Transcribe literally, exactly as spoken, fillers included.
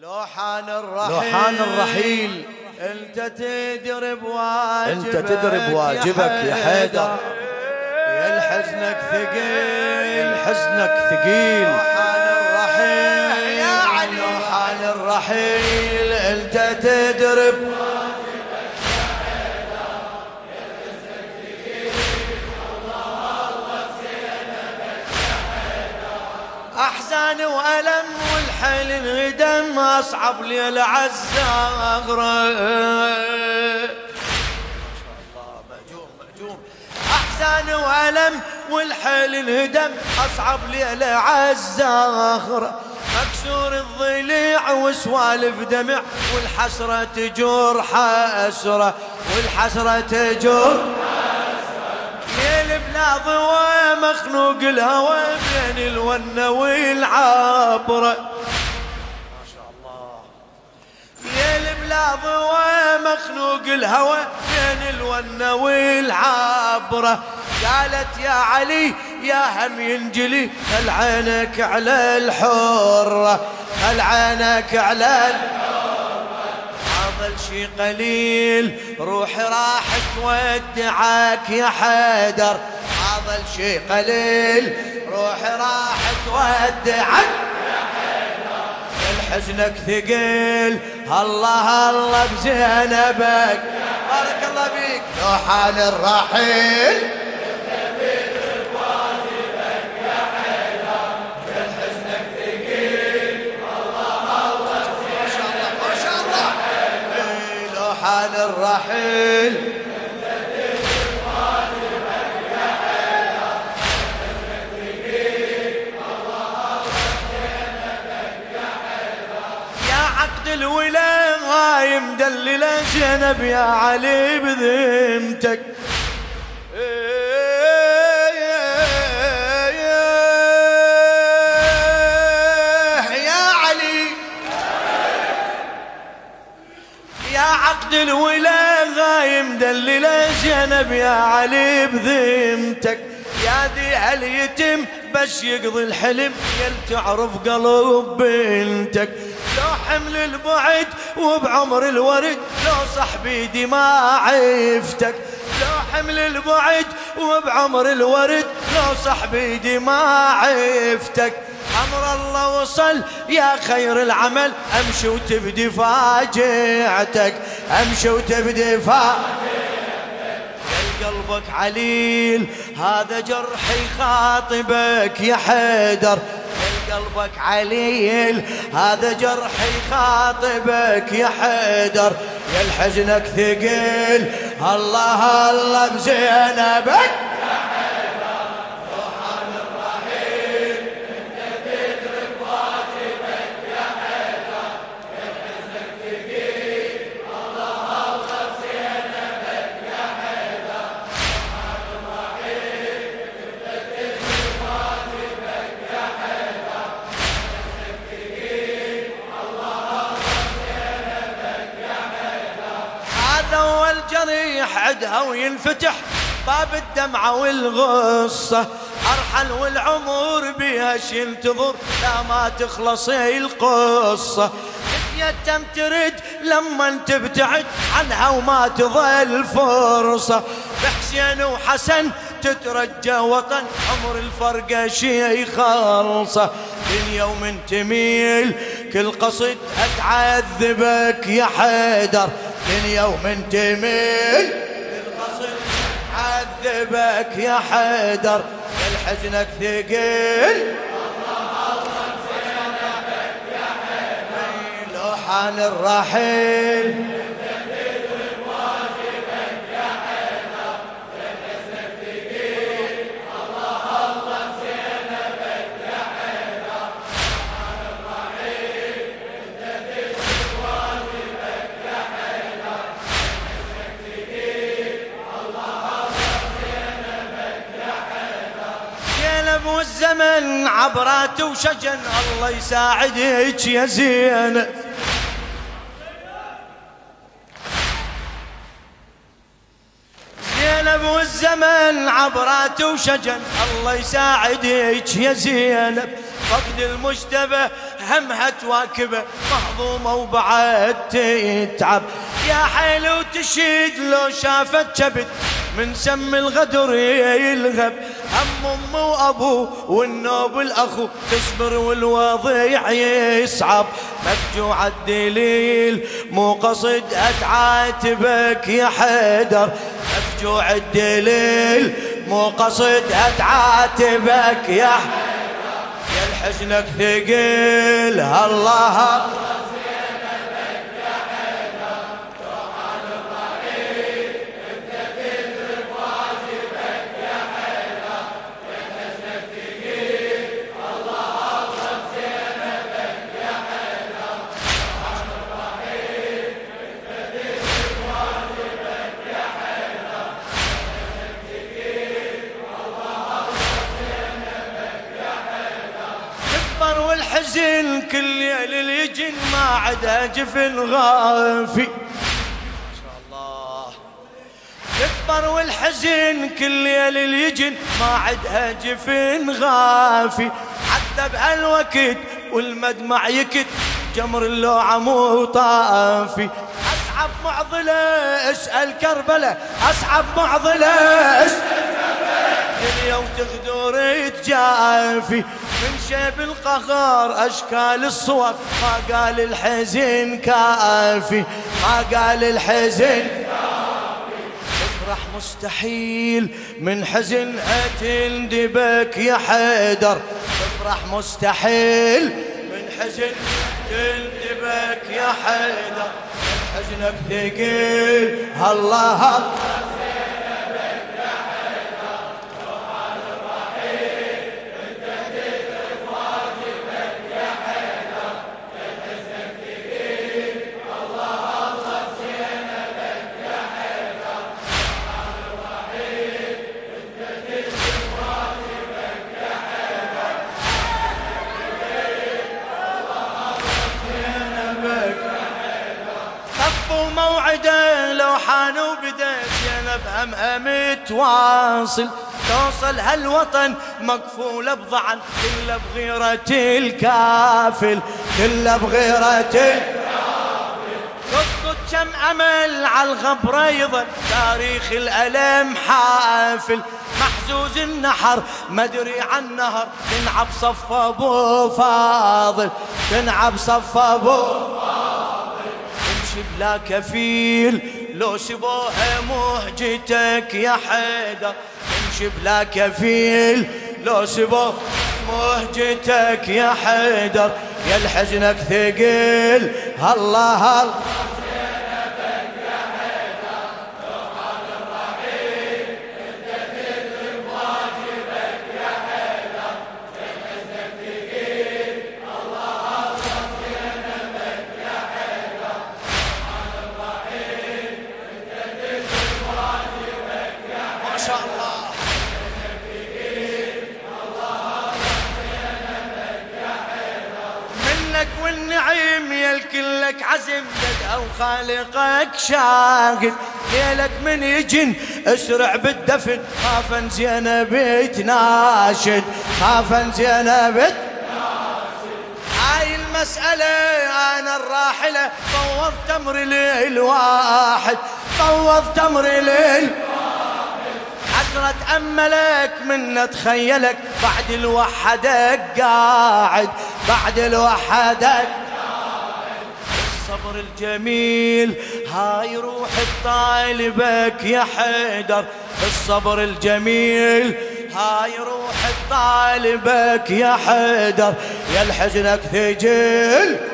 لو حان الرحيل لو حان الرحيل انت تدري بواجبك، انت تدري بواجبك يا حيدر، يا الحزنك ثقيل، حزنك ثقيل. لو حان الرحيل يا علي، لو حان الرحيل انت تدري بواجبك يا حيدر، يا الحزنك ثقيل، الله الله زينبك يا حيدر. احزان والم والحيل انهدم، اصعب ليل عالزهره، احزان والم والحيل انهدم، اصعب ليله عالزهره، مكسور الضليع وسوالف دمع، والحسره تجور حسره، والحسره تجور حسره، ليل بلا ضوى مخنوق الهوى بين الونه والعبره، ما شاء الله. ليل بلا ضوى مخنوق الهوى بين الونه والعبره، قالت يا علي يا هم ينجلي، خل عينك على الحرة، خل عينك على الحرة، حاضل شي قليل روحي راح تودعك يا حيدر، حاضل شي قليل روحي راح تودعك يا حيدر، الحزنك ثقيل، الله الله بزينبك، بارك الله بيك. لو حان الرحيل حان الرحيل يا عقد الولا هاي مدلله زينب يا علي بذمتك، عقد الولا غايم دلله زينب يا علي بذمتك، يا ذي اليتم بس يقضي الحلم يل تعرف قلب بنتك، لو حمل البعد وبعمر الورد لو صاحبي دي ما عفتك، لو حمل البعد وبعمر الورد لو صاحبي دي ما عفتك، أمر الله وصل يا خير العمل، أمشي وتبدي فاجعتك، أمشي وتبدي فاجعتك، قلبك عليل هذا جرحي خاطبك يا حيدر، قلبك عليل هذا جرحي خاطبك يا حيدر، يا الحزنك ثقيل، الله الله بزينبك يا حيدر. لو حان الرحيل انت تدري بواجبك يا حيدر، يا الحزنك ثقيل، الله الله بزينبك يا حيدر. لو حان الرحيل انت تدري بواجبك يا حيدر، يا الحزنك ثقيل، الله الله بزينبك يا حيدر. هذا هو الجريح عدها وينفتح باب الدمعة والغصة، أرحل والعمر بيها ينتظر لا ما تخلص القصة، تتيتم ترد لما تبتعد عنها وما تظل فرصة، بحسين وحسن تترجى وطن عمر الفرقة شي خالصة، دنيا ومن تميل كل قصد أتعذبك يا حيدر، دنيا ومن تميل عذبك يا حيدر، يا الحزنك ثقيل، الله الله زينبك يا حيدر. لو حان الرحيل انت تدري بواجبك يا حيدر، يا الحزنك ثقيل، الله الله زينبك يا حيدر. لو حان الرحيل انت تدري بواجبك يا حيدر، يا الحزنك ثقيل، زينب والزمن عبرات وشجن، الله يساعدك يا زينب، زينب والزمن عبرات وشجن، الله يساعدك يا زينب، فقد المجتبى همها تواكبه مهضومة وبعد تتعب يا حيل وتشيد لو شافت كبد من سم الغدر يلغب هم أم وأبو والنوب الأخو تصبر والوضيع يصعب مفجوع الدليل مو قصد أتعاتبك يا حيدر مفجوع الدليل مو قصد أتعاتبك يا حيدر يا الحزنك ثقيل الله الحزن كل ليل يجن ما عدا جفن غافي ما شاء الله يكبر والحزن كل ليل يجن ما عدا جفن غافي حتى بهالوقت والمدمع يكت جمر اللوعة مو طافي أصعب معضلة اسأل كربلة أصعب معضلة اسأل اليوم تغدر تجافي من شيب القهر أشكال الصور ما قال الحزن كافي ما قال الحزن كافي افرح مستحيل من حزن تندبك يا حيدر افرح مستحيل من حزن تندبك يا حيدر حزنك ثقيل الله موعده لو حان وبدت زينب همها متواصل توصل هالوطن مقفولة بضعن كله بغيرة الكافل كله بغيرة الكافل تسقط كم أمل على الغبرة يظل تاريخ الألم حافل محزوز النحر مدري عن نهر تنعب صف أبو فاضل تنعب صف أبو بلا كفيل لو سبوها مهجتك يا حيدر امشي بلا كفيل لو سبوها مهجتك يا حيدر يا الحزنك ثقيل الله الله والنعيم يلكلك عزم بدأ وخالقك شاهد ليلك من يجن اسرع بالدفن خافا زينب تناشد خافا زينب تناشد هاي المسألة أنا الراحلة فوضت أمري للواحد فوضت أمري للواحد حسرة أملك من تخيلك بعد الوحدك قاعد بعد الوحدك قاعد الصبر الجميل هاي روح الطالبك يا حيدر الصبر الجميل هاي روح الطالبك يا حيدر يا الحزنك ثقيل